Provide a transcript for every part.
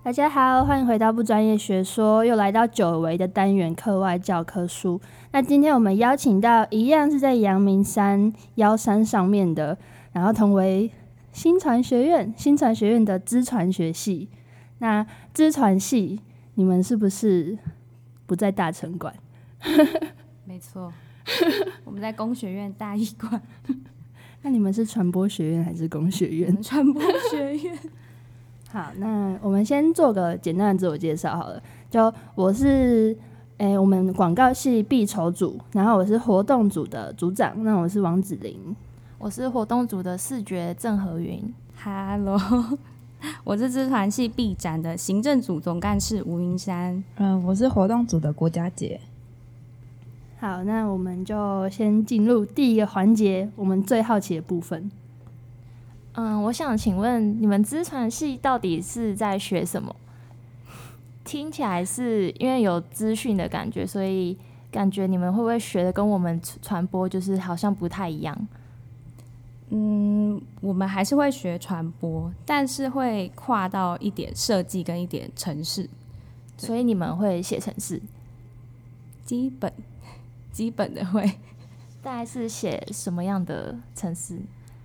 大家好，欢迎回到不专业学说，又来到久违的单元课外教科书。那今天我们邀请到一样是在阳明山腰山上面的，然后同为新传学院的资传学系。那资传系你们是不是不在大成馆？ 没错，我们在工学院大一馆。 那你们是传播学院还是工学院？ 传播学院。 好，那我们先做个简单的自我介绍好了。就我是我们广告系毕筹组，然后我是活动组的组长，那我是王子玲。 我是活动组的视觉郑和云。 Hello， 我是资传系毕展的行政组总干事吴云山。 我是活动组的郭佳杰。 好，那我们就先进入第一个环节，我们最好奇的部分。 我想请问你们资传系到底是在学什么？听起来是因为有资讯的感觉，所以感觉你们会不会学的跟我们传播就是好像不太一样？ 我们还是会学传播，但是会跨到一点设计跟一点程式， 所以你们会写程式？ 基本的会。 大概是写什么样的程式？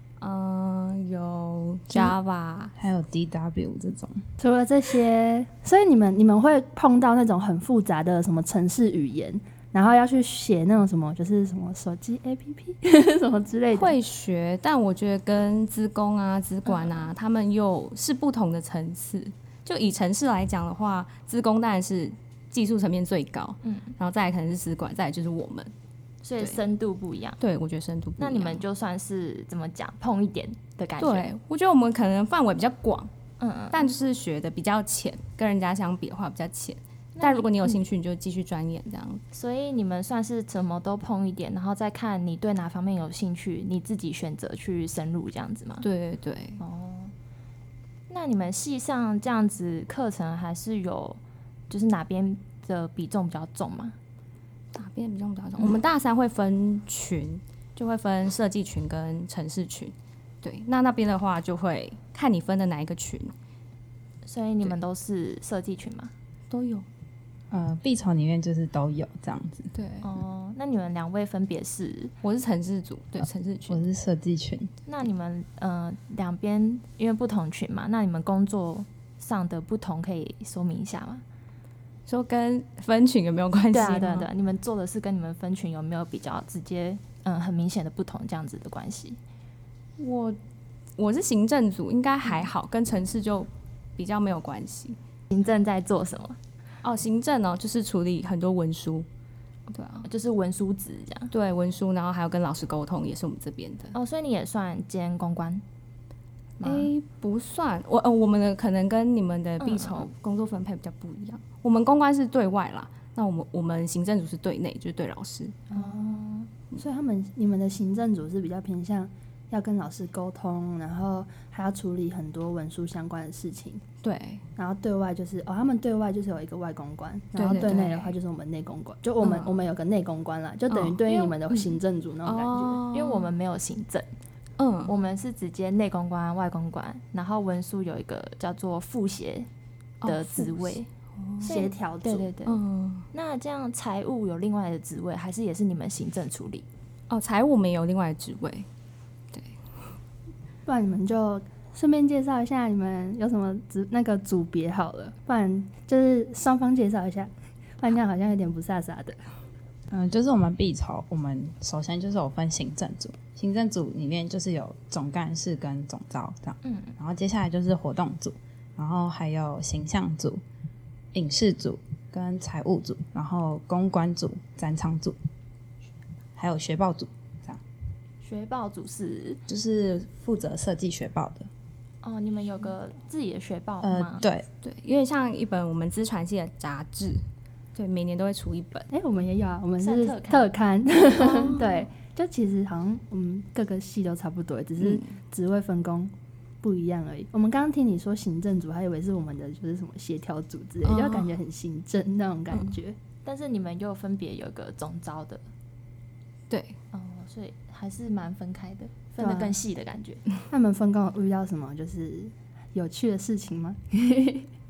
有 Java， 还有 DW 这种。 除了这些，所以你们会碰到那种很复杂的什么程式语言，然后要去写那种什么就是什么手机 APP 什么之类的。 会学，但我觉得跟资工啊、资管啊，他们又是不同的层次。就以程式来讲的话，资工当然是技术层面最高，然后再来可能是资管，再来就是我们。 所以深度不一样。 对，我觉得深度不一样。 那你们就算是怎么讲碰一点的感觉？ 对，我觉得我们可能范围比较广，但就是学的比较浅，跟人家相比的话比较浅。但如果你有兴趣，你就继续钻研这样。 所以你们算是什么都碰一点，然后再看你对哪方面有兴趣，你自己选择去深入这样子吗？ 对对对。 那你们系上这样子课程还是有，就是哪边的比重比较重吗？ 哪边比较重？我们大三会分群，就会分设计群跟程式群。对，那边的话就会看你分的哪一个群。 所以你们都是设计群吗？ 都有。 毕筹里面就是都有这样子。 对。 那你们两位分别是？ 我是程式组，对，程式群。 我是设计群。 那你们两边因为不同群嘛，那你们工作上的不同可以说明一下吗？ 说跟分群有没有关系？ 对啊，对啊，对啊，你们做的是跟你们分群有没有比较直接很明显的不同这样子的关系？ 我是行政组，应该还好，跟程式就比较没有关系。 行政在做什么？ 行政就是处理很多文书。对啊， 就是文书纸这样。 对，文书，然后还有跟老师沟通，也是我们这边的。 所以你也算兼公关？ 不算。我们的可能跟你们的毕筹工作分配比较不一样。我们公关是对外啦，那我们行政组是对内，就是对老师。 所以你们的行政组是比较偏向要跟老师沟通，然后还要处理很多文书相关的事情。 对。 然后对外就是他们对外就是有一个外公关，然后对内的话就是我们内公关。就我们有个内公关啦，就等于对应你们的行政组那种感觉。 因为我们没有行政。我们是直接内公关、外公关，然后文书有一个叫做副协的职位，协调组。对对对。那这样财务有另外的职位，还是也是你们行政处理？ 财务我们也有另外的职位。对。 不然你们就顺便介绍一下你们有什么那个组别好了，不然就是双方介绍一下，不然这样好像有点不飒飒的。 就是我们毕筹，我们首先就是有分行政组，行政组里面就是有总干事跟总召这样，然后接下来就是活动组，然后还有形象组、影视组跟财务组，然后公关组、展场组，还有学报组这样。 学报组是就是负责设计学报的。 你们有个自己的学报吗？ 对对，有点像一本我们资传系的杂志。对，每年都会出一本。 我们也有啊，我们是特刊。对，就其实好像我们各个系都差不多，只是职位分工不一样而已。我们刚刚听你说行政组，还以为是我们的就是什么协调组之类，就感觉很行政那种感觉。 但是你们又分别有个总召的。 对。 所以还是蛮分开的，分得更细的感觉。 那你们分工有遇到什么就是有趣的事情吗？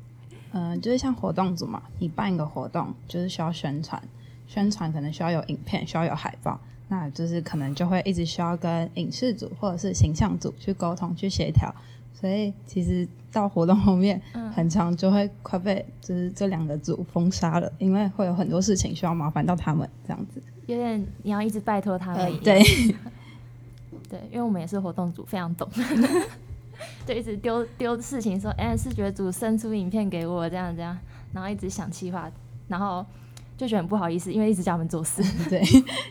就是像活动组嘛，你办一个活动就是需要宣传可能需要有影片，需要有海报，那就是可能就会一直需要跟影视组或者是形象组去沟通去协调，所以其实到活动后面很常就会快被就是这2个组封杀了，因为会有很多事情需要麻烦到他们这样子， 有点你要一直拜托他们对对，因为我们也是活动组，非常懂就一直丢事情说视觉组生出影片给我这样，然后一直想企划，然后就觉得很不好意思，因为一直叫他们做事对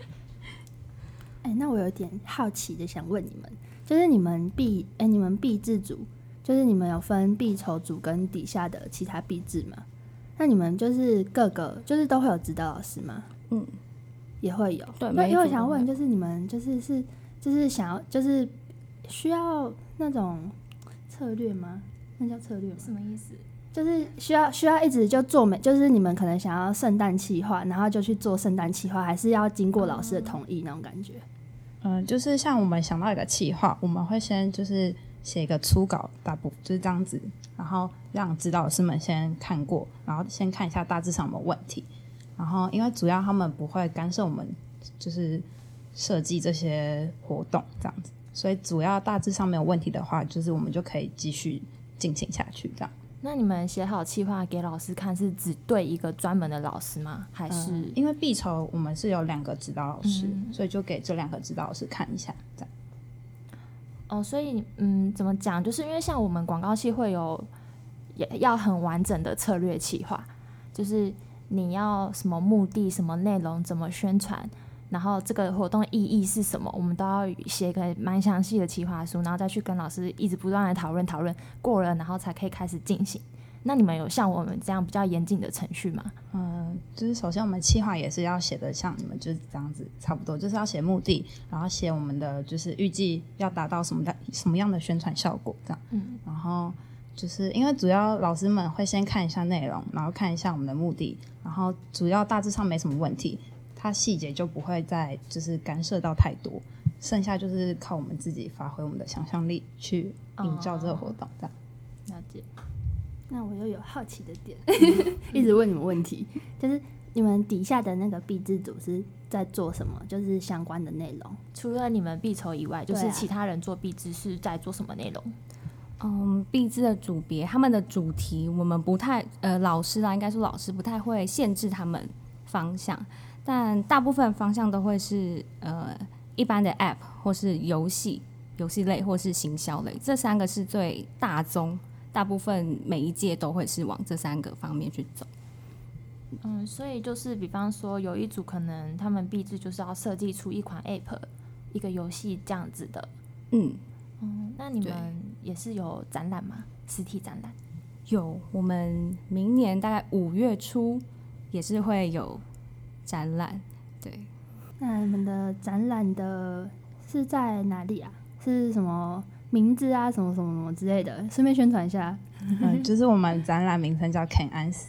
那我有点好奇的想问你们，就是你们毕制组，就是你们有分毕筹组跟底下的其他毕制吗？那你们就是各个就是都会有指导老师吗？也会有。对，因为我想问，就是你们就是想要就是需要那种策略吗？那叫策略吗？ 什么意思？ 就是需要一直就做就是你们可能想要圣诞企划，然后就去做圣诞企划，还是要经过老师的同意那种感觉？ 就是像我们想到一个企划，我们会先就是写一个初稿，大部就是这样子，然后让指导老师们先看过，然后先看一下大致上有没有问题，然后因为主要他们不会干涉我们就是设计这些活动这样子，所以主要大致上没有问题的话，就是我们就可以继续进行下去这样。 那你们写好企划给老师看，是只对一个专门的老师吗？还是因为毕筹我们是有2个指导老师，所以就给这2个指导老师看一下这样。 所以怎么讲？就是因为像我们广告系会有也要很完整的策略企划，就是你要什么目的、什么内容、怎么宣传，然后这个活动意义是什么，我们都要写一个蛮详细的企划书，然后再去跟老师一直不断的讨论过了，然后才可以开始进行。那你们有像我们这样比较严谨的程序吗？ 就是首先我们企划也是要写的像你们就是这样子差不多，就是要写目的，然后写我们的就是预计要达到什么样的宣传效果这样。然后就是因为主要老师们会先看一下内容，然后看一下我们的目的，然后主要大致上没什么问题，它细节就不会再就是干涉到太多，剩下就是靠我们自己发挥我们的想象力去营造这个活动这样。 了解。那我又有好奇的点一直问你们问题，就是你们底下的那个毕制组是在做什么，就是相关的内容？ 除了你们毕筹以外，就是其他人做毕制是在做什么内容？毕制的组别他们的主题我们不太老师啦，应该说老师不太会限制他们方向，但大部分方向都会是一般的 App 或是游戏类或是行销类，这3个是最大宗，大部分每一届都会是往这3个方面去走。 所以就是比方说有一组可能他们毕制就是要设计出一款 App 一个游戏这样子的。那你们也是有展览吗？实体展览？ 有，我们明年大概5月初也是会有展览。对， 那你们的展览的是在哪里啊？是什么名字啊？什么什么什么之类的，顺便宣传一下。 就是我们展览名称叫 Can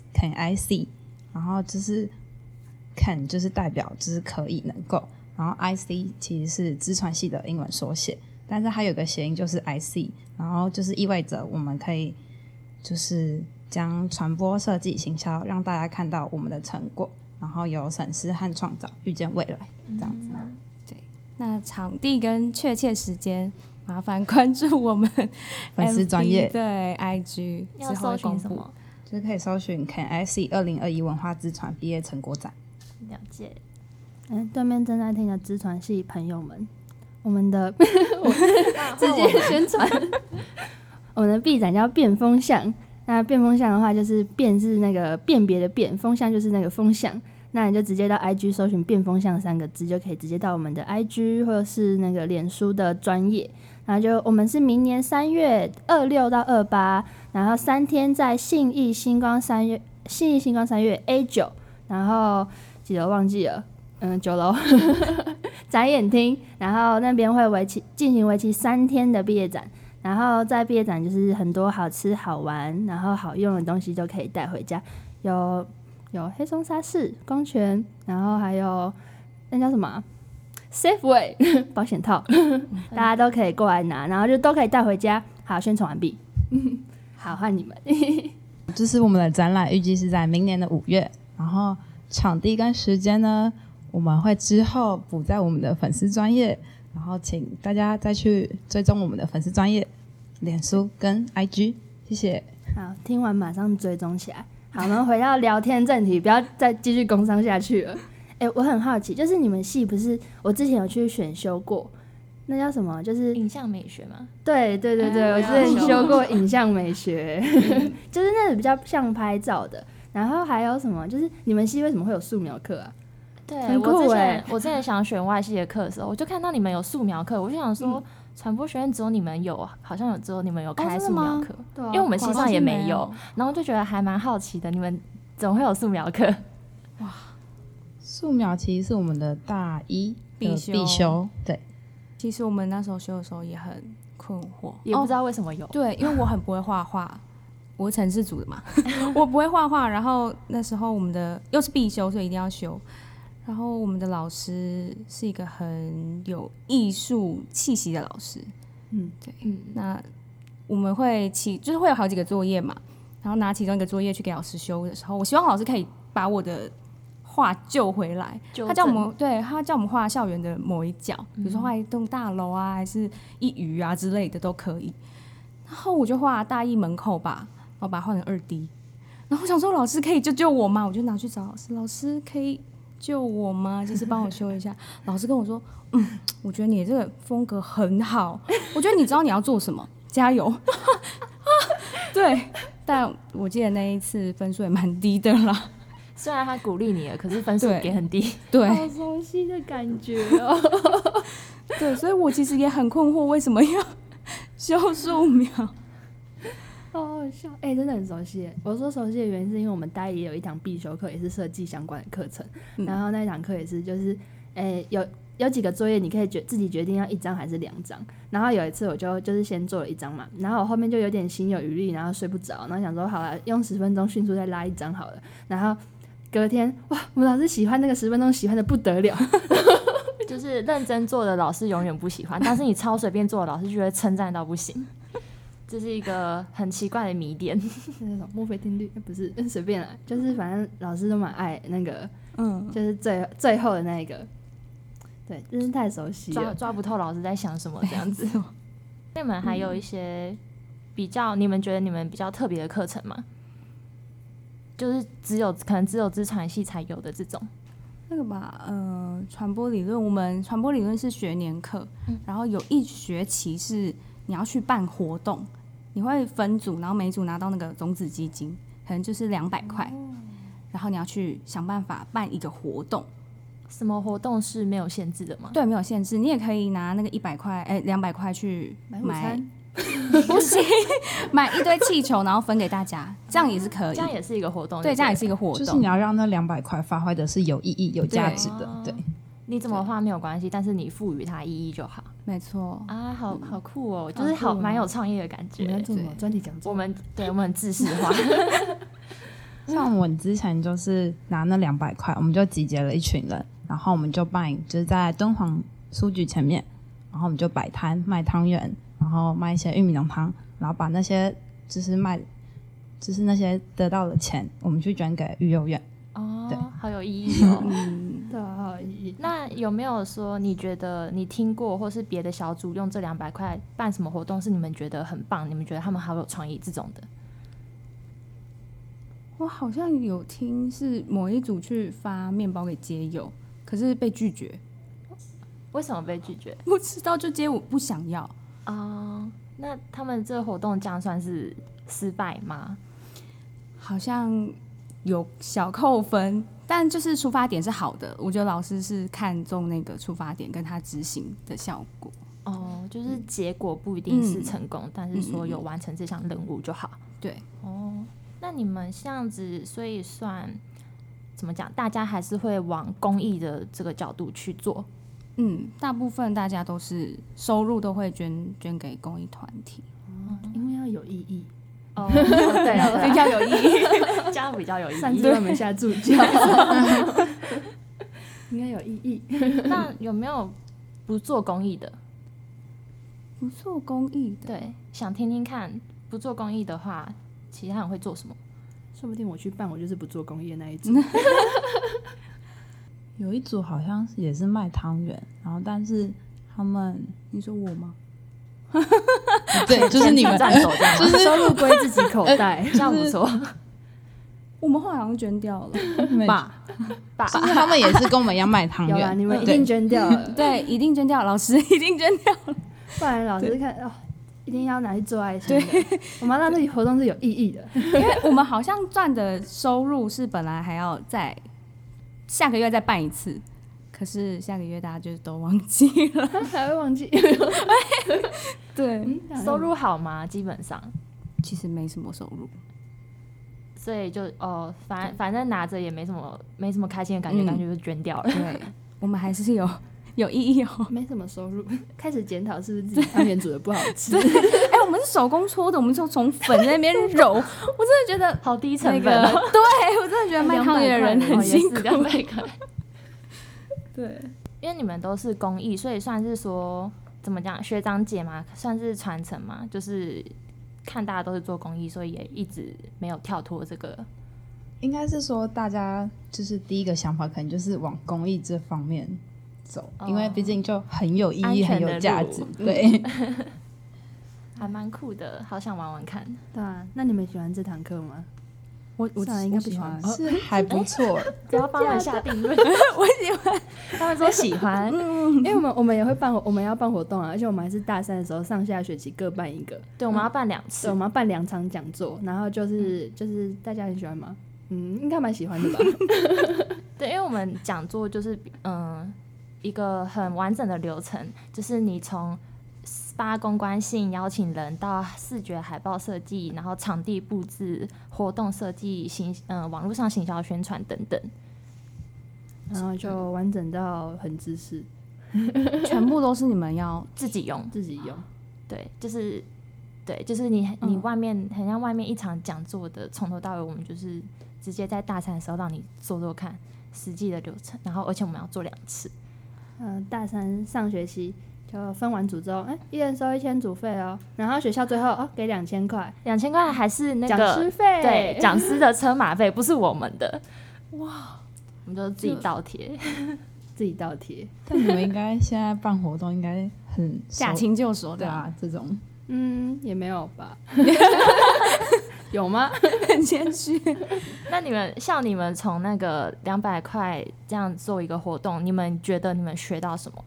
I See， 然后就是 Can 就是代表就是可以能够，然后 IC 其实是资传系的英文缩写，但是它有个谐音就是 IC， 然后就是意味着我们可以就是将传播设计行销让大家看到我们的成果，然后有审视和创造遇见未来这样子。 对，那场地跟确切时间麻烦关注我们粉丝专页， 对 IG 要搜寻什么？ 就是可以搜寻 Can I See 2021文化资传毕业成果展。 了解。 对面正在听的资传系朋友们，我们的直接宣传，我们的毕展叫变风向。那变风向的话，就是变是那个辨别的变，风向就是那个风向。那你就直接到 IG 搜寻变风向3个字，就可以直接到我们的 IG 或者是那个脸书的专页。然后就我们是明年3月26到28，然后3天在信义星光3月 A9， 然后几楼忘记了，9楼展演厅，然后那边会进行为期3天的毕业展。然后在毕业展就是很多好吃好玩然后好用的东西都可以带回家，有黑松沙士、光泉，然后还有那叫什么Safeway 保险套大家都可以过来拿，然后就都可以带回家。好，宣传完毕好，换你们就是我们的展览预计是在明年的5月，然后场地跟时间呢，我们会之后补在我们的粉丝专页，然后请大家再去追踪我们的粉丝专页、脸书跟 IG， 谢谢。 好，听完马上追踪起来。好，我们回到聊天正题，不要再继续工商下去了。我很好奇，就是你们系不是我之前有去选修过，那叫什么？就是影像美学吗？ 对，我之前修过影像美学，就是那个比较像拍照的。然后还有什么？就是你们系为什么会有素描课啊？ 对，很酷欸。我之前想选外系的课的时候，我就看到你们有素描课，我就想说，传播学院只有你们有，好像只有你们有开素描课，因为我们系上也没有。然后就觉得还蛮好奇的，你们怎么会有素描课？ 哇，素描其实是我们的大一的必修。对， 其实我们那时候修的时候也很困惑， 也不知道为什么有。 对，因为我很不会画画。我是程式组的嘛，我不会画画，然后那时候我们的又是必修，所以一定要修。然后我们的老师是一个很有艺术气息的老师，对，那我们会就是会有好几个作业嘛，然后拿其中一个作业去给老师修的时候，我希望老师可以把我的画救回来。他叫我们画校园的某一角，比如说画一栋大楼啊，还是一隅啊之类的都可以。然后我就画大一门口吧。我把它换成2D， 然后我想说老师可以救我吗？我就拿去找老师，老师可以救我吗？就是帮我修一下。老师跟我说，我觉得你这个风格很好，我觉得你知道你要做什么，加油。对，但我记得那一次分数也蛮低的啦。 虽然他鼓励你了，可是分数也很低。 对， 好熟悉的感觉哦。 对，所以我其实也很困惑，为什么要修素描？ 好好笑，真的很熟悉。我说熟悉的原因是因为我们大一也有一堂必修课，也是设计相关的课程。然后那一堂课也是，就是有几个作业，你可以自己决定要1张还是2张。然后有一次我就是先做了1张嘛，然后我后面就有点心有余力，然后睡不着，然后想说好了，用10分钟迅速再拉1张好了。然后隔天，哇，我们老师喜欢那个10分钟，喜欢的不得了。 就是认真做的老师永远不喜欢，但是你超随便做的老师就会称赞到不行。这是一个很奇怪的谜点。 是那种墨菲定律？不是，随便啦，就是反正老师都蛮爱那个，就是最后的那一个，对，真是太熟悉了， 抓不透老师在想什么这样子。那你们还有一些你们觉得你们比较特别的课程吗？就是可能只有资传系才有的这种。 那个吧，传播理论，我们传播理论是学年课，然后有1学期是你要去办活动。你会分组，然后每组拿到那个种子基金，可能就是200块，然后你要去想办法办一个活动。 什么活动是没有限制的吗？ 对，没有限制，你也可以拿那个100块，200块去买， 不行， 买一堆气球，然后分给大家，这样也是可以， 这样也是一个活动。 对，这样也是一个活动， 就是你要让那200块发挥的是有意义、有价值的。对， 你怎么画没有关系，但是你赋予它意义就好。 没错啊，好酷哦，就是蛮有创意的感觉。 你们做什么专题讲座？ 我们很制式化。 像我们之前就是拿那200块，我们就集结了一群人，然后我们就就是在敦煌书局前面，然后我们就摆摊卖汤圆，然后卖一些玉米浓汤，然后把那些就是那些得到的钱，我们去捐给育幼院。 对，好有意义哦。 对，好有意义。 那有没有说你觉得你听过，或是别的小组用这200块办什么活动，是你们觉得很棒，你们觉得他们好有创意这种的？ 我好像有听是某一组去发面包给街友，可是被拒绝。 为什么被拒绝？ 不知道，就街友不想要。 那他们这个活动这样算是失败吗？ 好像有小扣分，但就是出发点是好的。我觉得老师是看重那个出发点跟他执行的效果。 就是结果不一定是成功，但是说有完成这项任务就好。 对。 那你们这样子，所以算怎么讲？大家还是会往公益的这个角度去做。 大部分大家都是收入都会捐给公益团体。 因为要有意义。 对，比较有意义，这样比较有意义。 3次外面下助教，应该有意义。 那有没有不做公益的？ 不做公益的， 对，想听听看，不做公益的话，其他人会做什么？ 说不定我去办，我就是不做公益的那一组。 有一组好像也是卖汤圆，然后但是他们， 你说我吗？ 对，就是你们站走这样， 就是收入归自己口袋， 这样不错。 我们后来好像捐掉了吧？ 就是他们也是跟我们一样卖汤有啦， 圆， 你们一定捐掉了， 对，一定捐掉，老师一定捐掉了， 不然老师看哦，一定要拿去做爱心的。我们要让这个活动是有意义的， 因为我们好像赚的收入是本来还要在下个月再办一次，可是下个月大家就都忘记了， 还会忘记。 对， 收入好吗？基本上其实没什么收入， 所以就反正拿着也没什么开心的感觉，感觉就捐掉了。 对，我们还是有意义哦。 没什么收入，开始检讨是不是自己汤圆煮的不好吃。 我们是手工搓的，我们就从粉在那边揉，我真的觉得好低成本对我真的觉得卖汤圆的人很辛苦。 200块。 对， 因为你们都是公益，所以算是说怎么讲，学长姐嘛，算是传承嘛，就是看大家都是做公益，所以也一直没有跳脱这个。 应该是说大家就是第一个想法可能就是往公益这方面走，因为毕竟就很有意义、很有价值，对， 还蛮酷的，好想玩玩看。 对啊，那你们喜欢这堂课吗？ 我应该不喜欢， 是还不错。 不要帮我们下定论。 我喜欢， 他们说喜欢， 因为我们也会办，我们要办活动啊，而且我们还是大三的时候上下学期各办一个。 对，我们要办2次， 对，我们要办2场讲座，然后就是大家很喜欢吗？应该蛮喜欢的吧。 对，因为我们讲座就是一个很完整的流程，就是你从发公关信邀请人到视觉海报设计，然后场地布置、活动设计、网络上行销宣传等等， 然后就完整到很知识， 全部都是你们要自己用。对，就是你外面很像外面一场讲座的，从头到尾我们就是直接在大三的时候让你做做看实际的流程，然后而且我们要做2次。 大三上学期就分完组之后，一人收1000组费哦，然后学校最后给2000块 ，2000块还是那个讲师费， 对，讲师的车马费不是我们的，哇，我们就自己倒贴， 自己倒贴。 但你们应该现在办活动应该很驾轻就熟， 对啊，这种也没有吧？有吗？ 很谦虚。 那你们从那个200块这样做一个活动，你们觉得你们学到什么？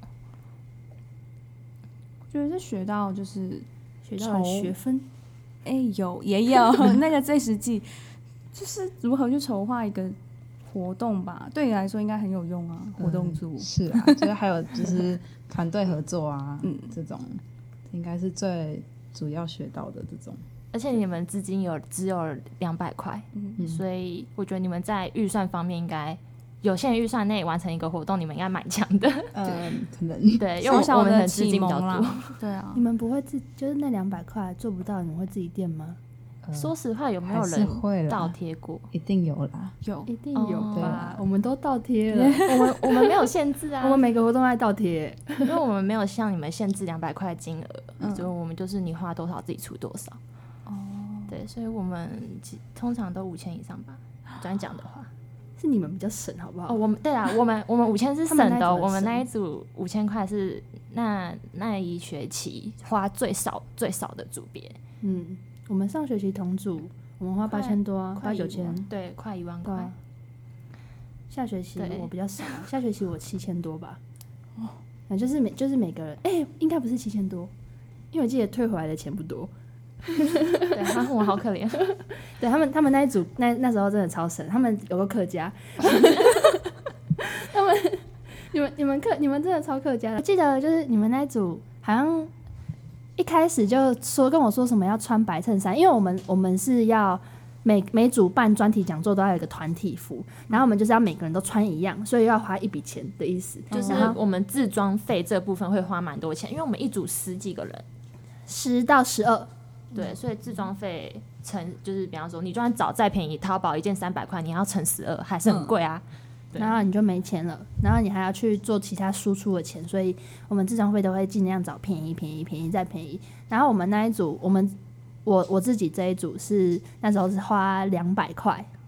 我觉得是学到就是学到了学分， 也有那个最实际，就是如何去筹划一个活动吧。对你来说应该很有用啊，活动组是啊，就是还有就是团队合作啊，这种应该是最主要学到的这种。 而且你们资金只有200块，所以我觉得你们在预算方面应该有限预算内完成一个活动，你们应该蛮强的。 可能对，因为我们的资金比较多。 对啊， 你们不会就是那200块做不到，你们会自己垫吗？ 说实话，有没有人倒贴过？ 一定有啦， 一定有吧？我们都倒贴了， 我们没有限制啊， 我们每个活动爱倒贴， 因为我们没有像你们限制200块金额，所以我们就是你花多少自己出多少。对，所以我们通常都5000以上吧。专讲的话， 是你们比较省，好不好？ 我们对啊，我们5000是省的，我们那一组5000块是那一学期花最少的组别。 我们上学期同组，我们花8000多啊，花9000， 对，快1万块。 下学期我比较少，下学期我7000多吧。就是每个人，应该不是7000多，因为我记得退回来的钱不多。 对，我好可怜。 对他们那一组那时候真的超省，他们有个客家，你们真的超客家的。我记得就是你们那一组好像一开始就跟我说什么要穿白衬衫，因为我们是要每组办专题讲座都要有一个团体服，然后我们就是要每个人都穿一样，所以要花一笔钱的意思。 就是我们自装费这部分会花蛮多钱，因为我们一组10几个人 ，10到12。 对，所以自装费就是比方说，你就算找再便宜，淘宝一件300块，你要乘12，还是很贵啊。 然后你就没钱了，然后你还要去做其他输出的钱，所以我们自装费都会尽量找便宜再便宜。然后我们那一组，我自己这一组是那时候是花200块，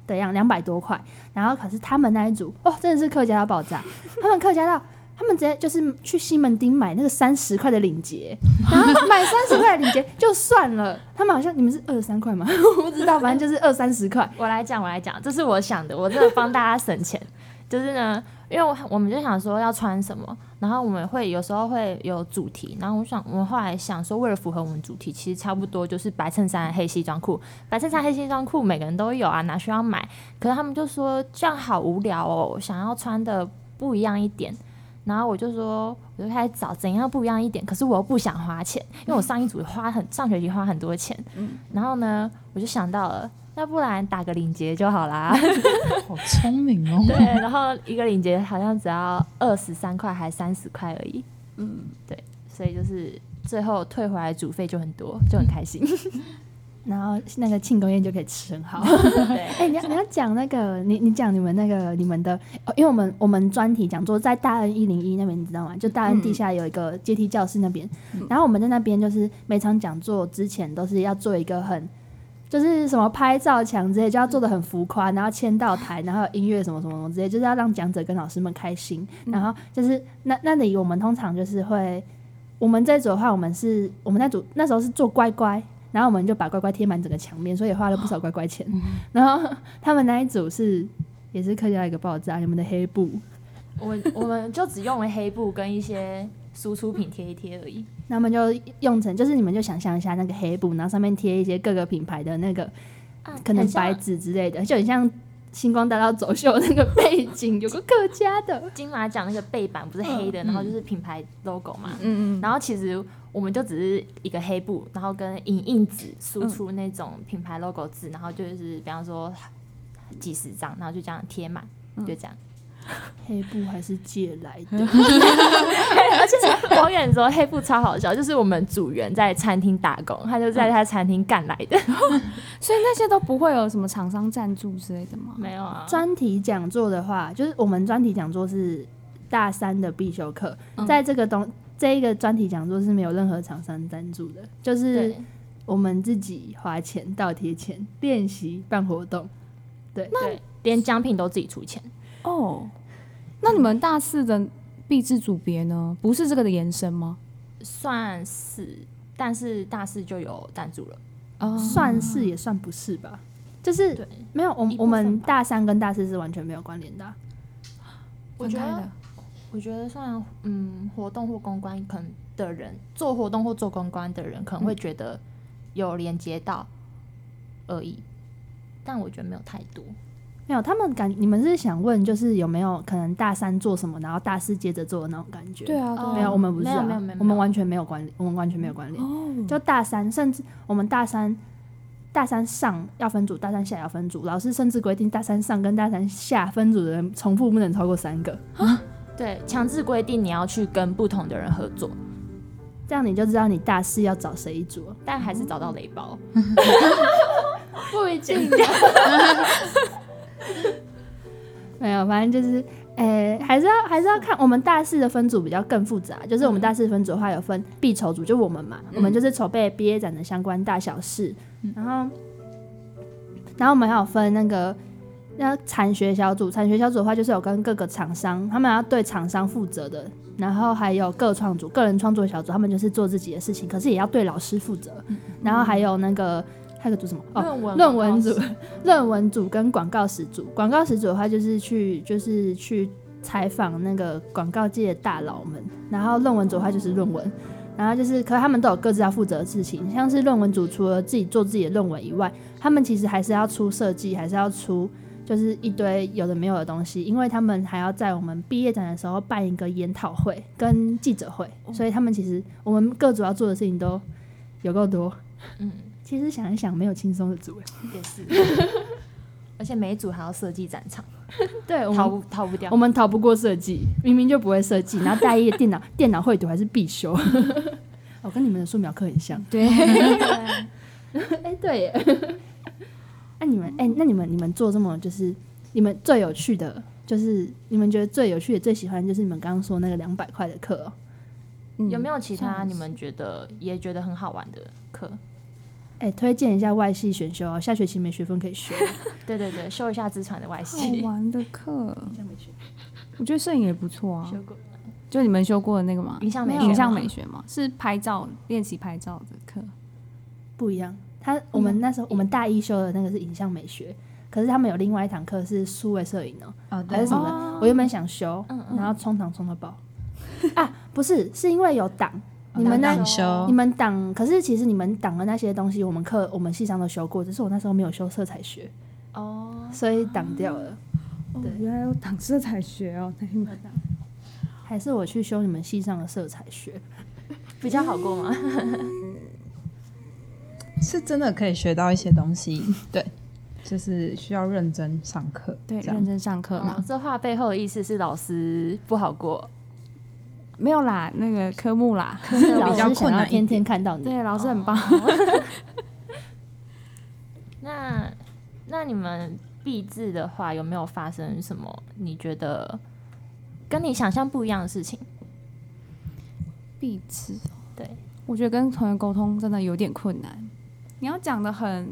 的样，200多块。然后可是他们那一组真的是客家到爆炸，他们客家到他们直接就是去西门町买那个30块的领结，然后买30块的领结就算了，他们好像你们是23块吗？我不知道，反正就是20-30块。 我来讲，这是我想的，我真的帮大家省钱。就是呢，因为我们就想说要穿什么，然后我们会有时候会有主题，然后我们后来想说，为了符合我们主题，其实差不多就是白衬衫、黑西装裤。白衬衫、黑西装裤每个人都有啊，哪需要买？可是他们就说这样好无聊哦，想要穿的不一样一点。然后我就开始找怎样不一样一点，可是我又不想花钱，因为我上一组上学期花很多钱。然后呢，我就想到了，那不然打个领结就好啦。 好聪明哦。 对，然后一个领结好像只要23块还30块而已。对，所以就是最后退回来组费就很多，就很开心。 然后那个庆功宴就可以吃很好。对，你要讲那个，你讲你们的，因为我们专题讲座在大N 101那边，你知道吗？就大N地下有一个阶梯教室那边，然后我们在那边就是每场讲座之前都是要做一个就是什么拍照墙之类，就要做的很浮夸，然后签到台，然后有音乐什么什么之类，就是要让讲者跟老师们开心。然后就是那里我们通常就是会，我们这组的话，我们那组那时候是做乖乖。然后我们就把乖乖贴满整个墙面，所以花了不少乖乖钱。然后他们那一组也是客家一个爆炸，你们的黑布， 我们就只用了黑布跟一些输出品贴一贴而已。 那么就用成就是你们就想象一下那个黑布，然后上面贴一些各个品牌的那个可能白纸之类的，就很像星光大道走秀那个背景，有个客家的金马奖那个背板不是黑的，然后就是品牌 logo 嘛。然后其实我们就只是一个黑布，然后跟影印纸输出那种品牌 logo 字，然后就是比方说几十张，然后就这样贴满，就这样。 黑布还是借来的。 而且王远说黑布超好笑，就是我们组员在餐厅打工，他就在他餐厅干来的。 所以那些都不会有什么厂商赞助之类的吗？ 没有啊。 专题讲座的话，就是我们专题讲座是大3的必修课，在这一个专题讲座是没有任何厂商赞助的，就是我们自己花钱倒贴钱练习办活动。对， 连奖品都自己出钱。 那你们大4的毕制组别呢？不是这个的延伸吗？ 算是，但是大4就有赞助了。 算是也算不是吧？就是没有我们大3跟大4是完全没有关联的。 我觉得算活动或公关可能的人，做活动或做公关的人可能会觉得有连接到而已，但我觉得没有太多。 没有，你们是想问就是有没有可能大3做什么，然后大4接着做的那种感觉？ 对啊， 没有，我们不是没有， 我们完全没有关联，我们完全没有关联。就大3，甚至我们大3上要分组，大3下要分组，老师甚至规定大3上跟大3下分组的人重复不能超过3个。 对，强制规定你要去跟不同的人合作， 这样你就知道你大4要找谁一组， 但还是找到雷包。 不一定。没有，反正就是还是要看我们大4的分组比较更复杂，就是我们大4分组的话有分必筹组，就我们嘛，我们就是筹备毕业展的相关大小事，然后我们还有分那个产学小组，产学小组的话就是有跟各个厂商，他们要对厂商负责的，然后还有个人创作小组，他们就是做自己的事情，可是也要对老师负责，然后还有那个。还有个组什么？论文组跟广告史组。广告史组的话，就是去采访那个广告界的大佬们。然后论文组的话就是论文，然后可是他们都有各自要负责的事情。像是论文组，除了自己做自己的论文以外，他们其实还是要出设计，还是要出就是一堆有的没有的东西，因为他们还要在我们毕业展的时候办一个研讨会跟记者会，所以他们其实我们各组要做的事情都有够多。其实想一想，没有轻松的组也是，而且每一组还要设计展场， 对， 逃不掉。 我们逃不过设计，明明就不会设计，然后大一的电脑绘图还是必修。我跟你们的素描课很像。 对， 对耶。那你们做这么就是你们最有趣的，就是你们觉得最有趣的、最喜欢就是你们刚刚说那个200块的课有没有其他你们觉得很好玩的课？ 推荐一下外系选修哦，下学期没学分可以修。 对对对，修一下资传的外系。 好玩的课，我觉得摄影也不错啊。修过，就你们修过的那个吗？ 影像美学吗？是拍照练习拍照的课， 不一样。我们那时候我们大一修的那个是影像美学，可是他们有另外一堂课是数位摄影还是什么？我原本想修，然后冲堂冲到爆。啊，不是，是因为有档。你们档，可是其实你们档的那些东西，我们系上都修过，只是我那时候没有修色彩学，所以挡掉了。 对，原来有挡色彩学哦， 还是我去修你们系上的色彩学比较好过吗？ 是真的可以学到一些东西，对，就是需要认真上课， 对，认真上课嘛。 这话背后的意思是老师不好过。 没有啦，那个科目啦， 老师想要天天看到你。 对，老师很棒。 那你们毕制的话，有没有发生什么你觉得跟你想象不一样的事情？ 毕制， 对， 我觉得跟同学沟通真的有点困难。你要讲的很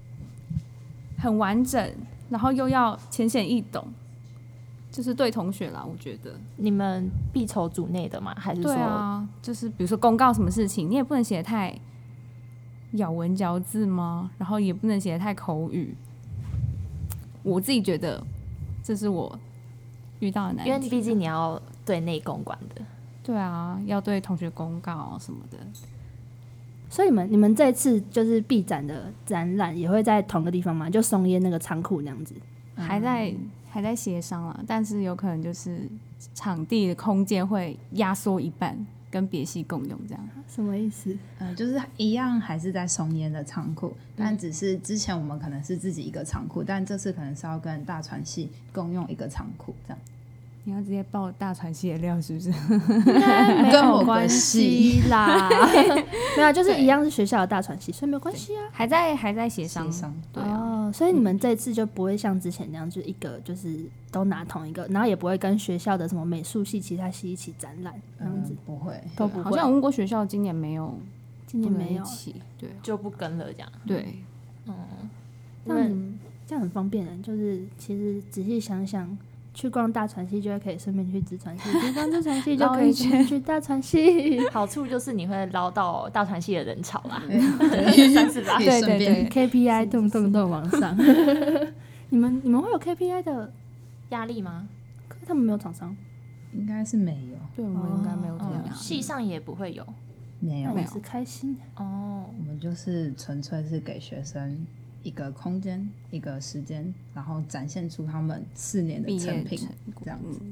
完整，然后又要浅显易懂。就是对同学啦，我觉得你们必筹组内的吗？还是说对啊，就是比如说公告什么事情，你也不能写得太咬文嚼字吗？然后也不能写得太口语。我自己觉得这是我遇到的难题， 因为毕竟你要对内公关的。 对啊，要对同学公告什么的。 所以你们这次就是毕展的展览也会在同个地方吗？就松烟那个仓库那样子？ 还在协商了，但是有可能就是场地的空间会压缩一半，跟别系共用这样。 什么意思？ 就是一样还是在松烟的仓库，但只是之前我们可能是自己一个仓库，但这次可能是要跟大传系共用一个仓库这样。 你要直接爆大传系的料是不是？ 没有关系啦，没有，就是一样是学校的大传系，所以没有关系啊。 还在协商， 对啊。所以你们这次就不会像之前那样，就一个就是都拿同一个，然后也不会跟学校的什么美术系、其他系一起展览这样子， 不会， 都不会。 好像我问过学校，今年没有，对， 就不跟了这样。 对， 那这样很方便的，就是其实仔细想想。去逛大传系就会可以顺便去资传系，去逛资传系就可以顺便去大传系。 好处就是你会捞到大传系的人潮啦，38， 对 ，KPI 动往上。你们会有 KPI 的压力吗？ 可是他们没有厂商， 应该是没有。 对，我们应该没有这样。 系上也不会有， 没有， 是开心哦。 我们就是纯粹是给学生一个空间，一个时间，然后展现出他们4年的成品，这样子。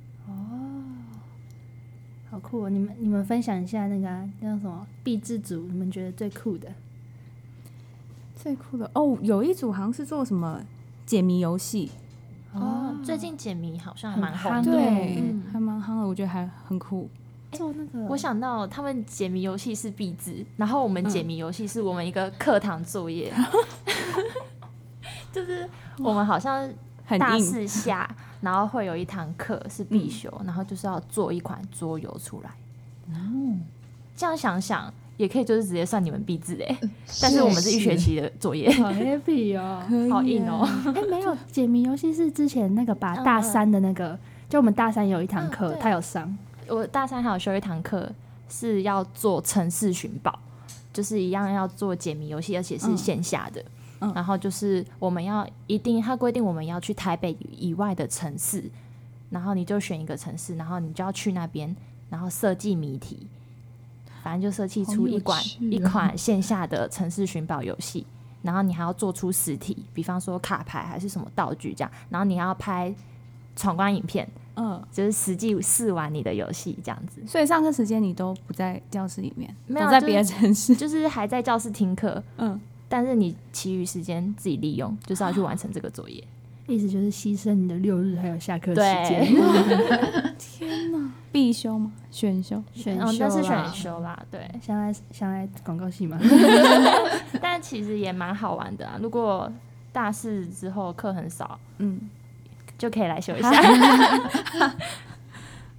好酷哦！你们分享一下那个叫什么毕制组，你们觉得最酷的？ 有一组好像是做什么解谜游戏最近解谜好像还蛮红的，对，还蛮夯的，我觉得还很酷。 做那个， 我想到他们解谜游戏是毕制，然后我们解谜游戏是我们一个课堂作业，就是我们好像大四下，然后会有一堂课是必修，然后就是要做一款桌游出来。这样想想也可以，就是直接算你们毕制但是我们是1学期的作业， 好 happy 哦， 好硬哦。 没有解谜游戏是之前那个吧，大3的那个，就我们大3有一堂课，他有上。 我大3还有修一堂课是要做城市寻宝，就是一样要做解谜游戏，而且是线下的。然后就是我们要他规定我们要去台北以外的城市，然后你就选一个城市，然后你就要去那边，然后设计谜题，反正就设计出一款线下的城市寻宝游戏。然后你还要做出实体，比方说卡牌还是什么道具这样，然后你还要拍闯关影片。就是实际试玩你的游戏这样子。 所以上课时间你都不在教室里面， 没有都在别的城市， 就是还在教室听课。但是你其余时间自己利用，就是要去完成这个作业。 意思就是牺牲你的6日还有下课时间。 天哪！必修吗？选修？ 那是选修啦。对， 想来广告系嘛。 但其实也蛮好玩的啊。如果大4之后课很少，就可以来修一下。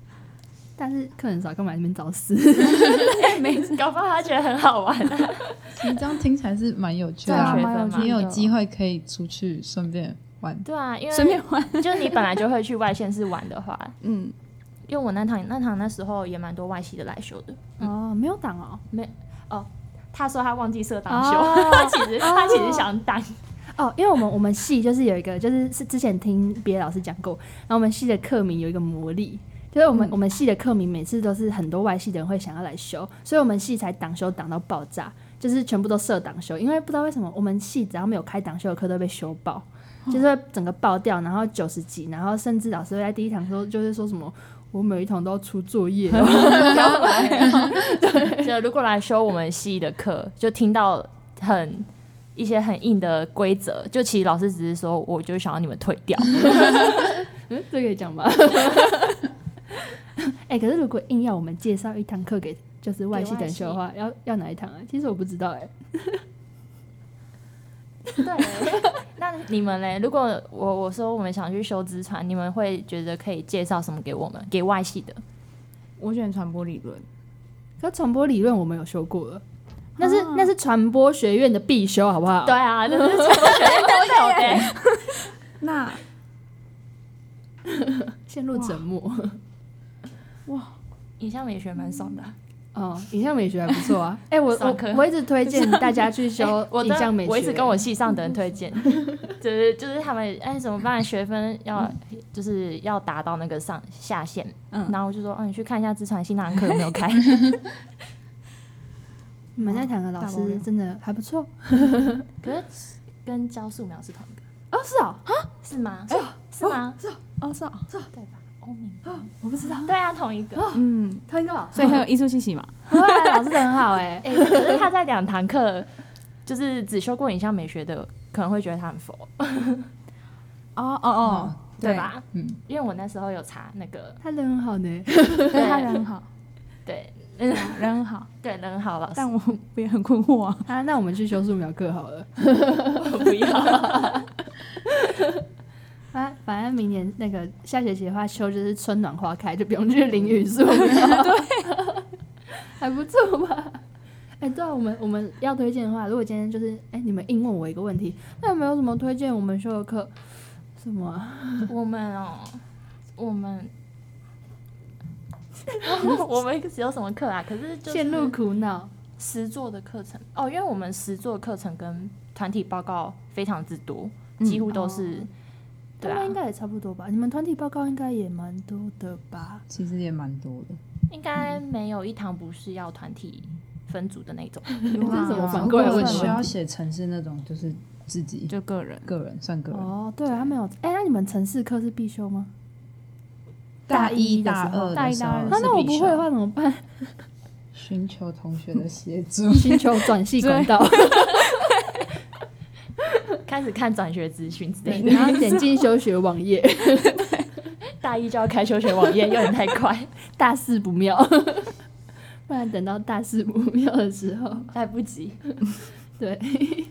但是课很少，干嘛那边找死？ 搞不好他觉得很好玩啊。 其实这样听起来是蛮有趣的，你有机会可以出去顺便玩。 对啊，因为顺便玩， 就你本来就会去外县市玩的话，因为我那堂那时候也蛮多外系的来修的。 哦，没有挡哦， 没哦，他说他忘记设档修，他其实想挡。 哦，因为我们系就是有一个，就是之前听别的老师讲过，然后我们系的课名有一个魔力，就是我们系的课名每次都是很多外系的人会想要来修，所以我们系才挡修挡到爆炸，就是全部都设挡修，因为不知道为什么我们系只要没有开挡修的课都被修爆，就是会整个爆掉，然后90几，然后甚至老师会在第一堂就是说什么我每一堂都要出作业，不要来。对，就如果来修我们系的课，就听到一些很硬的规则，就其实老师只是说，我就想要你们退掉。 这可以讲吗？可是如果硬要我们介绍一堂课给就是外系的人修的话，要哪一堂啊？其实我不知道对，那你们嘞？如果我说我们想去修资传，你们会觉得可以介绍什么给我们？给外系的？ 我选传播理论。 可传播理论我们有修过了。那是传播学院的必修，好不好？ 对啊，那是传播学院都有的。 那陷入沉默。 哇，影像美学蛮爽的。 影像美学还不错啊。我一直推荐大家去修影像美学。 我一直跟我系上的人推荐，就是他们怎么办？学分就是要达到那个下限，然后我就说你去看一下资传系那堂课有没有开。 你们那堂的老师真的还不错， 可是跟教素描是同一个哦？是哦， 是吗？是吗？ 是哦，是哦， 对吧？欧明， 我不知道。 对啊，同一个， 同一个， 所以很有艺术气息嘛。 对，老师很好可是他在2堂课，就是只修过影像美学的，可能会觉得他很佛。对吧？因为我那时候有查那个， 他人很好呢， 对，他人很好， 对。 人很好， 对，人很好，老师。 但我也很困惑啊。那我们去修素描课好了。 我不要。 反正明年那个下学期的话，修就是春暖花开，就不用去淋雨素描。 对， 还不错吧？对啊，我们要推荐的话，如果今天就是你们硬问我一个问题，那有没有什么推荐我们修的课？什么啊？ 我们有什么课啊？可是就是陷入苦恼。 实作的课程因为我们实作课程跟团体报告非常之多，几乎都是。 对啊，应该也差不多吧？你们团体报告应该也蛮多的吧？ 其实也蛮多的， 应该没有一堂不是要团体分组的那种。 这是怎么反过来问？ 需要写程式那种，就是自己就个人算个人。 对啊，他没有。那你们程式课是必修吗？ 大一、大二的时候， 那我不会的话怎么办？ 寻求同学的协助， 寻求转系管道。 开始看转学资讯之类的， 然后点进休学网页。 大一就要开休学网页，有点太快， 大事不妙。不然等到大事不妙的时候来不及。 对。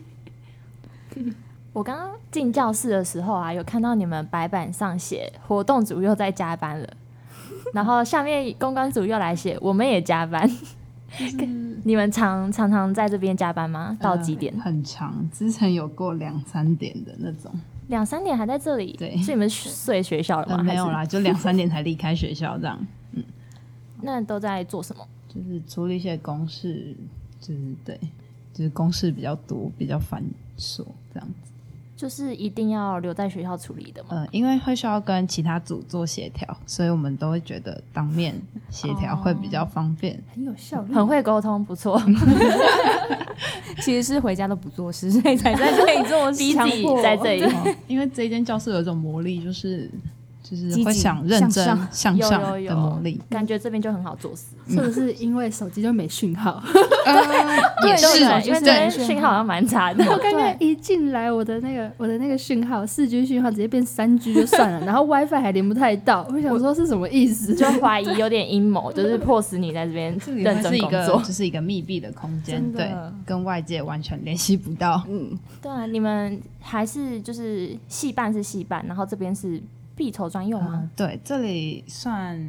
我刚刚进教室的时候啊，有看到你们白板上写活动组又在加班了，然后下面公关组又来写我们也加班。你们常在这边加班吗？到几点？ 很长，之前有过2-3点的那种。 2-3点还在这里？ 对， 所以你们睡学校了吗？ 没有啦，就2-3点才离开学校这样。 那都在做什么？ 就是处理一些公事，就是公事比较多，比较繁琐这样子。 就是一定要留在学校处理的吗？ 因为会需要跟其他组做协调，所以我们都会觉得当面协调会比较方便， 很有效率， 很会沟通，不错。 其实是回家都不做事，所以才在这里做事， 逼自己在这里。 因为这一间教室有一种魔力，就是会想认真向上的魔力， 感觉这边就很好做事。 是不是因为手机就没讯号？ 也是， 因为这边讯号好像蛮差的。 我刚刚一进来，我的那个讯号4G 讯号直接变3G 就算了，然后 WiFi 还连不太到。我想说是什么意思？ 就怀疑有点阴谋，就是迫使你在这边认真工作。 就是一个密闭的空间，对，跟外界完全联系不到。 对啊，你们还是就是系办是系办，然后这边是必筹专用吗？ 对，这里算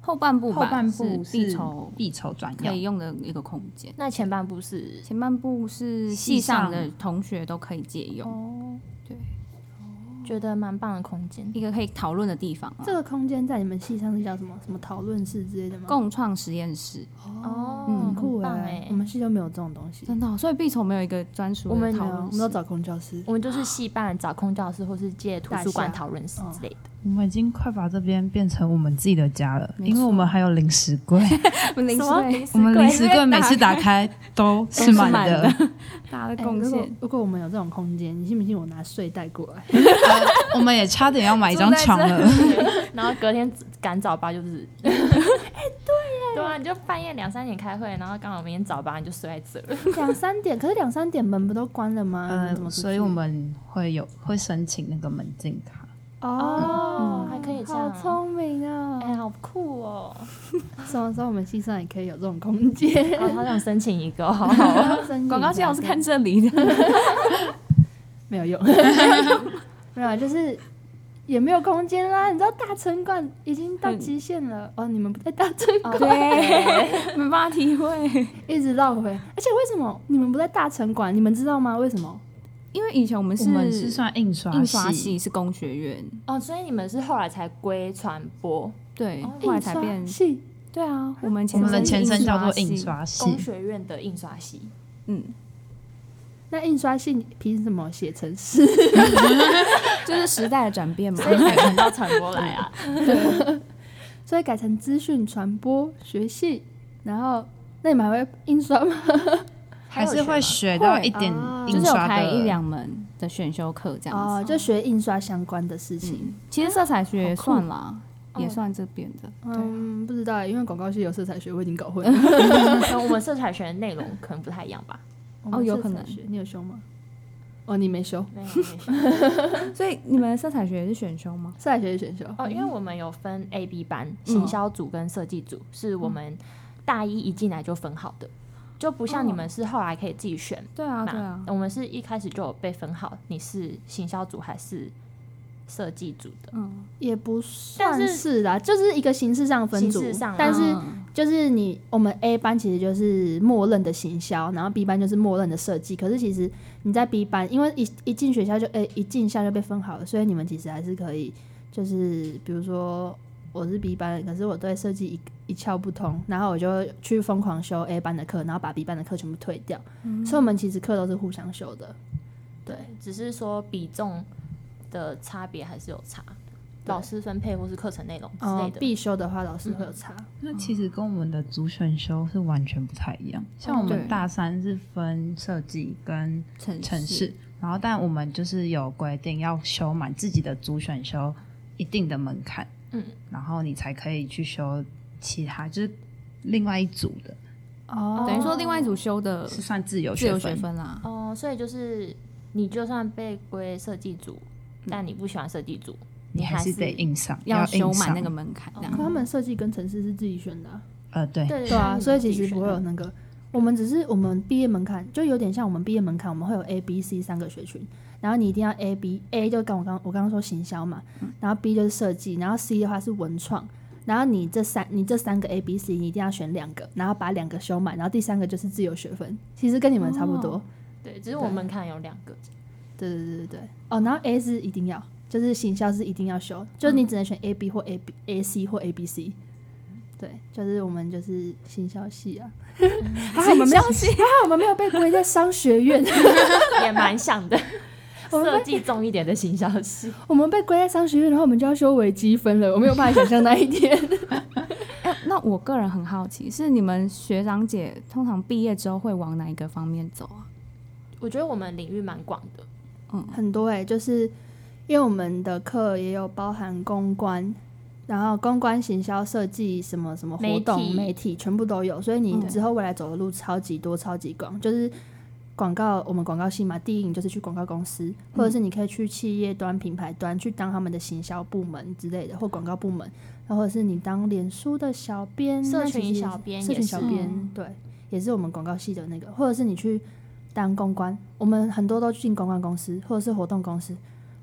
后半部是必筹专用可以用的一个空间。 那前半部是系上的同学都可以借用。对， 觉得蛮棒的空间， 一个可以讨论的地方。 这个空间在你们系上是叫什么？什么讨论室之类的吗？ 共创实验室。 很酷哎！我们系就没有这种东西， 真的。所以必筹没有一个专属的讨论室， 我们都找空教室， 我们就是系办找空教室，或是借图书馆讨论室之类的。 我们已经快把这边变成我们自己的家了，因为我们还有零食柜。 我们零食柜每次打开都是满的， 大家的贡献。 如果我们有这种空间，你信不信我拿睡袋过来？ 我们也差点要买一张床了。 然后隔天赶早八就是对啊，你就半夜2、3点开会，然后刚好明天早八你就睡在这了。 2、3点，可是2、3点门不都关了吗？ 所以我们会申请那个门禁卡。 还可以这样， 好聪明啊！ 好酷哦！ 什么时候我们系上也可以有这种空间？ 好想申请一个，好好。 广告系老师看这里的， 没有用，没有，就是也没有空间啦。你知道大城馆已经到极限了你们不在大城馆， 对，没办法体会， 一直绕回。而且为什么你们不在大城馆？你们知道吗？为什么？ 因为以前我们是算印刷系是工学院所以你们是后来才归传播， 对，后来才变系。 对啊，我们的前身叫做印刷系， 工学院的印刷系。 那印刷系凭什么写程式？ 就是时代的转变嘛， 所以才传到传播来啊。 对，所以改成资讯传播学系。然后，那你们还会印刷吗？ 还是会学到一点印刷的， 就是有开1、2门的选修课这样子， 就学印刷相关的事情。 其实色彩学也算啦，也算这边的。 不知道，因为广告系有色彩学，我已经搞混了。 我们色彩学的内容可能不太一样吧？ 有可能。 你有修吗？你没修， 没有。 所以你们色彩学是选修吗？ 色彩学是选修因为我们有分 A、B 班，行销组跟设计组，是我们大一进来就分好的。就不像你们是后来可以自己选， 对啊， 我们是一开始就有被分好，你是行销组还是设计组的， 也不算是啦，就是一个形式上分组，但是就是我们 A 班其实就是默认的行销，然后 B 班就是默认的设计。可是其实你在 B 班，因为一进学校就一进校就被分好了，所以你们其实还是可以，就是比如说我是 B 班，可是我对设计一窍不通，然后我就去疯狂修 A 班的课，然后把 B 班的课全部退掉。所以我们其实课都是互相修的，对， 只是说比重的差别还是有差，老师分配或是课程内容之类的。 必修的话，老师会有差。 那其实跟我们的主选修是完全不太一样。像我们大3是分设计跟程式，然后但我们就是有规定要修满自己的主选修一定的门槛。然后你才可以去修其他，就是另外一组的。 等于说另外一组修的是算自由学分啦。 所以就是你就算被归设计组，但你不喜欢设计组， 你还是得硬上， 要修满那个门槛。 可他们设计跟程式是自己选的对啊，所以其实不会有那个。我们毕业门槛就有点像我们毕业门槛，我们会有 A、B、C 3个学群，然后你一定要 A 就跟我刚刚说行销嘛，然后 B 就是设计，然后 C 的话是文创，然后你这三个 A、B、C 你一定要选2个，然后把2个修满，然后第3个就是自由学分，其实跟你们差不多。 对，只是我们门槛有2个。 对。然后 A 是一定要，就是行销是一定要修，就是你只能选 A、B 或 A、C 或 A、B、C。对，就是我们就是行销系啊，还好我们没有被归在商学院， 也蛮像的。设计重一点的行销系， 我们被归在商学院，然后我们就要修微积分了，我没有办法想象那一天。 那我个人很好奇，是你们学长姐通常毕业之后会往哪一个方面走啊？ 我觉得我们领域蛮广的， 很多就是因为我们的课也有包含公关。然后公关、行销、设计什么什么活动、媒体全部都有，所以你之后未来走的路超级多、超级广。就是广告，我们广告系嘛，第一你就是去广告公司，或者是你可以去企业端、品牌端去当他们的行销部门之类的，或广告部门，然后或者是你当脸书的小编、 社群小编， 对，也是我们广告系的那个，或者是你去当公关，我们很多都进公关公司，或者是活动公司。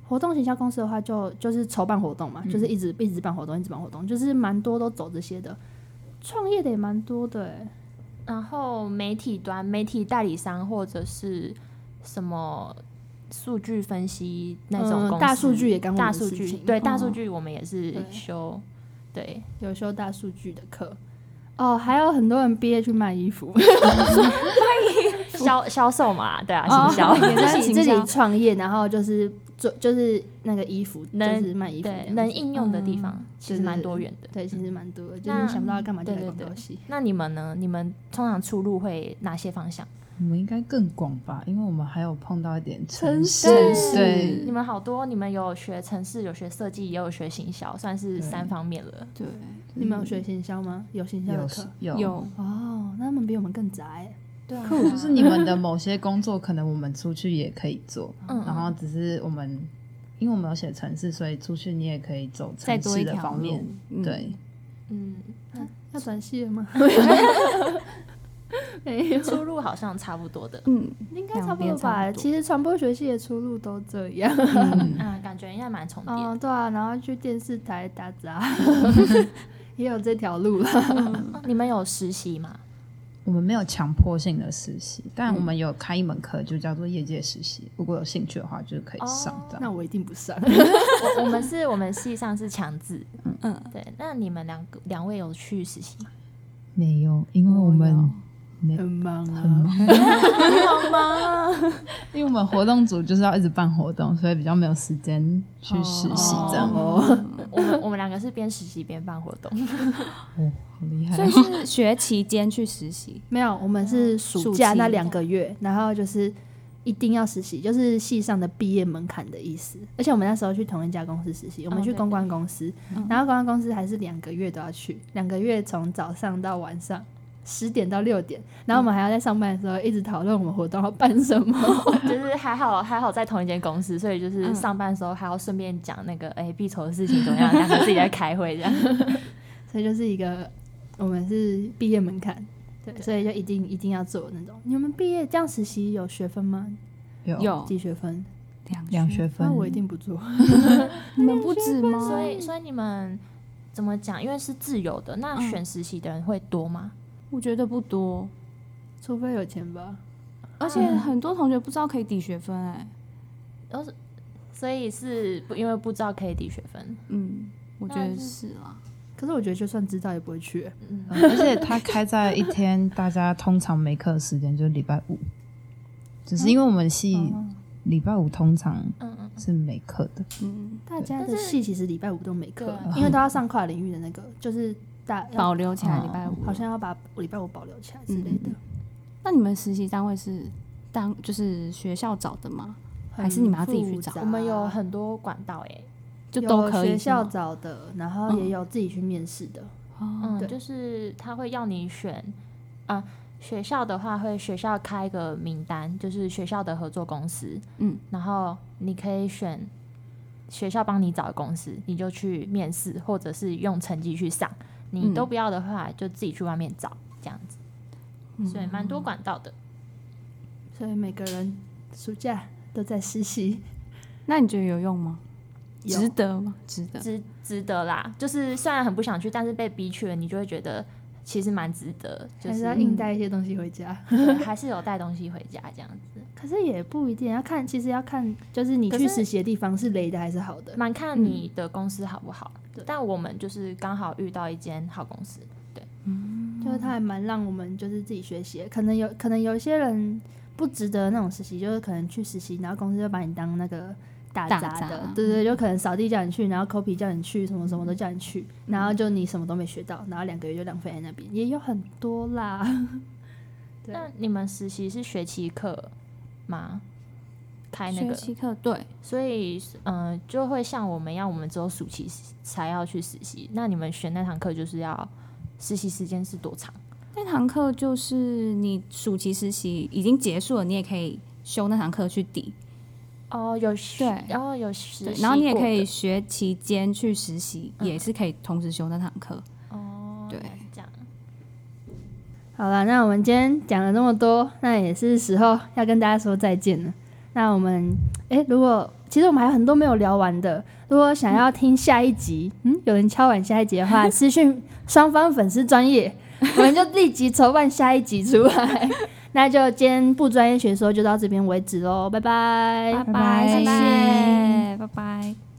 活动行销公司的话就是筹办活动嘛，就是一直办活动，一直办活动，就是蛮多都走这些的。创业的也蛮多的然后媒体端、媒体代理商或者是什么数据分析那种公司， 大数据也干我们大数的事情。 据对，大数据我们也是修，对， 有修大数据的课。还有很多人毕业去卖衣服， 销售嘛，对啊，行销， 自己创业，然后就是那个衣服，就是卖衣服， 对，能应用的地方其实蛮多元的， 对，其实蛮多的，就是想不到要干嘛就来广告系。 那你们呢？你们通常出路会哪些方向？ 我们应该更广吧，因为我们还有碰到一点程式，对， 你们好多，你们有学程式，有学设计，也有学行销，算是3方面了。 对， 你们有学行销吗？有行销的课？ 有那他们比我们更杂对啊， 就是你们的某些工作，可能我们出去也可以做，然后只是因为我们有写程式，所以出去你也可以走程式的方面，对， 要转系了吗？ 出路好像差不多的， 应该差不多吧。其实传播学系的出路都这样， 感觉应该蛮重叠。 对啊，然后去电视台打杂，也有这条路了。 你们有实习吗？ 我们没有强迫性的实习，但我们有开一门课，就叫做业界实习。如果有兴趣的话，就是可以上。 那我一定不上。 我们系上是强制，对。那你们两位有去实习吗？ 没有，因为我们很忙啊， 好忙啊！ 因为我们活动组就是要一直办活动，所以比较没有时间去实习这样。 我们2个是边实习边办活动， 好厉害！ 所以是学期间去实习？ 没有，我们是暑假那2个月，然后就是一定要实习，就是系上的毕业门槛的意思。而且我们那时候去同一家公司实习，我们去公关公司，然后公关公司还是2个月都要去，2个月从早上到晚上。10点到6点，然后我们还要在上班的时候一直讨论我们活动要办什么， 就是还好在同一间公司，所以就是上班的时候还要顺便讲那个毕筹的事情怎么样，2个自己在开会这样， 所以就是一个我们是毕业门槛，对，所以就一定要做那种。你们毕业这样实习有学分吗？ 有几学分 ？2学分。 那我一定不做。 你们不止吗？ 所以你们怎么讲？因为是自由的，那选实习的人会多吗？ 我觉得不多， 除非有钱吧。 而且很多同学不知道可以抵学分所以是因为不知道可以抵学分。 我觉得是啦。 可是我觉得就算知道也不会去。 而且他开在一天大家通常没课的时间，就是礼拜5，只是因为我们系礼拜5通常是没课的。 大家的系其实礼拜5都没课，因为都要上跨领域的那个，就是保留起来礼拜5， 好像要把礼拜5保留起来之类的。 那你们实习单位是就是学校找的吗？还是你们要自己去找？ 我们有很多管道就都可以。 有学校找的，然后也有自己去面试的。 就是他会要你选学校的话会学校开一个名单，就是学校的合作公司，然后你可以选学校帮你找的公司，你就去面试，或者是用成绩去上。你都不要的话，就自己去外面找这样子。所以蛮多管道的。 所以每个人暑假都在实习。 那你觉得有用吗？值得吗？ 值得啦。就是虽然很不想去，但是被逼去了，你就会觉得其实蛮值得。 还是要硬带一些东西回家。 对，还是有带东西回家这样子。 可是也不一定，其实要看，就是你去实习的地方是雷的还是好的， 蛮看你的公司好不好。但我们就是刚好遇到一间好公司，对， 就是他还蛮让我们就是自己学习的。可能有一些人不值得那种实习，就是可能去实习，然后公司就把你当那个打杂的，对，就可能扫地叫你去，然后 copy 叫你去，什么什么都叫你去，然后就你什么都没学到，然后2个月就浪费在那边，也有很多啦。 那你们实习是学期课吗？开那个学期课，对， 所以就会像我们一样，我们只有暑期才要去实习。那你们选那堂课就是要实习时间是多长？ 那堂课就是你暑期实习已经结束了，你也可以修那堂课去抵。 对，然后有实习， 然后你也可以学期间去实习，也是可以同时修那堂课。对， 这样。 好了，那我们今天讲了那么多，那也是时候要跟大家说再见了。那我们如果其实我们还有很多没有聊完的，如果想要听下一集，有人敲完下一集的话，私讯双方粉丝专页，我们就立即筹办下一集出来。那就今天不专业学说就到这边为止咯，拜拜， 拜拜，谢谢，拜拜。